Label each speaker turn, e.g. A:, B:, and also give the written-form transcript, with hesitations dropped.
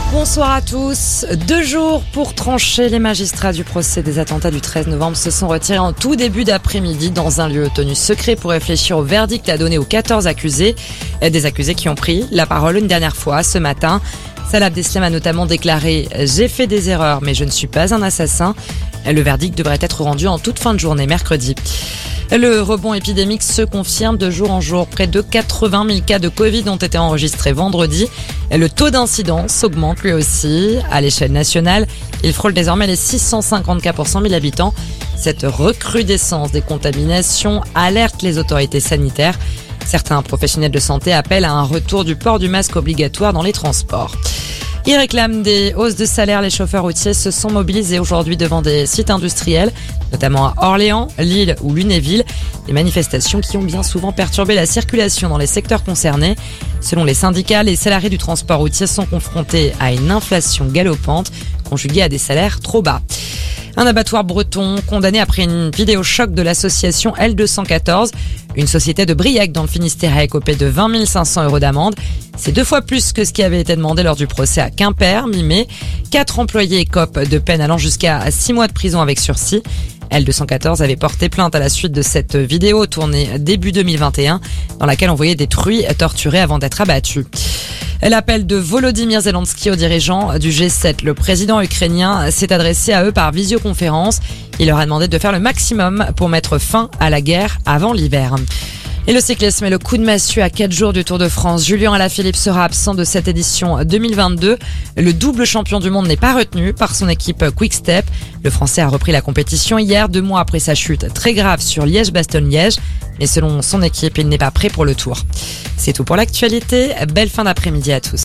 A: Bonsoir à tous. 2 jours pour trancher. Les magistrats du procès des attentats du 13 novembre se sont retirés en tout début d'après-midi dans un lieu tenu secret pour réfléchir au verdict à donner aux 14 accusés. Des accusés qui ont pris la parole une dernière fois ce matin. Salah Abdeslam a notamment déclaré « J'ai fait des erreurs, mais je ne suis pas un assassin ». Le verdict devrait être rendu en toute fin de journée, mercredi. Le rebond épidémique se confirme de jour en jour. Près de 80 000 cas de Covid ont été enregistrés vendredi. Le taux d'incidence augmente lui aussi. À l'échelle nationale, il frôle désormais les 650 cas pour 100 000 habitants. Cette recrudescence des contaminations alerte les autorités sanitaires. Certains professionnels de santé appellent à un retour du port du masque obligatoire dans les transports. Ils réclament des hausses de salaire. Les chauffeurs routiers se sont mobilisés aujourd'hui devant des sites industriels, notamment à Orléans, Lille ou Lunéville. Des manifestations qui ont bien souvent perturbé la circulation dans les secteurs concernés. Selon les syndicats, les salariés du transport routier sont confrontés à une inflation galopante, conjuguée à des salaires trop bas. Un abattoir breton condamné après une vidéo choc de l'association L214. Une société de Briac dans le Finistère a écopé de 20 500 € d'amende. C'est 2 fois plus que ce qui avait été demandé lors du procès à Quimper, mi-mai. 4 employés écopent de peine allant jusqu'à 6 mois de prison avec sursis. L214 avait porté plainte à la suite de cette vidéo tournée début 2021 dans laquelle on voyait des truies torturées avant d'être abattues. L'appel de Volodymyr Zelensky aux dirigeants du G7. Le président ukrainien s'est adressé à eux par visioconférence. Il leur a demandé de faire le maximum pour mettre fin à la guerre avant l'hiver. Et le cyclisme est le coup de massue à 4 jours du Tour de France. Julien Alaphilippe sera absent de cette édition 2022. Le double champion du monde n'est pas retenu par son équipe Quick Step. Le Français a repris la compétition hier, 2 mois après sa chute très grave sur Liège-Bastogne-Liège. Mais selon son équipe, il n'est pas prêt pour le Tour. C'est tout pour l'actualité. Belle fin d'après-midi à tous.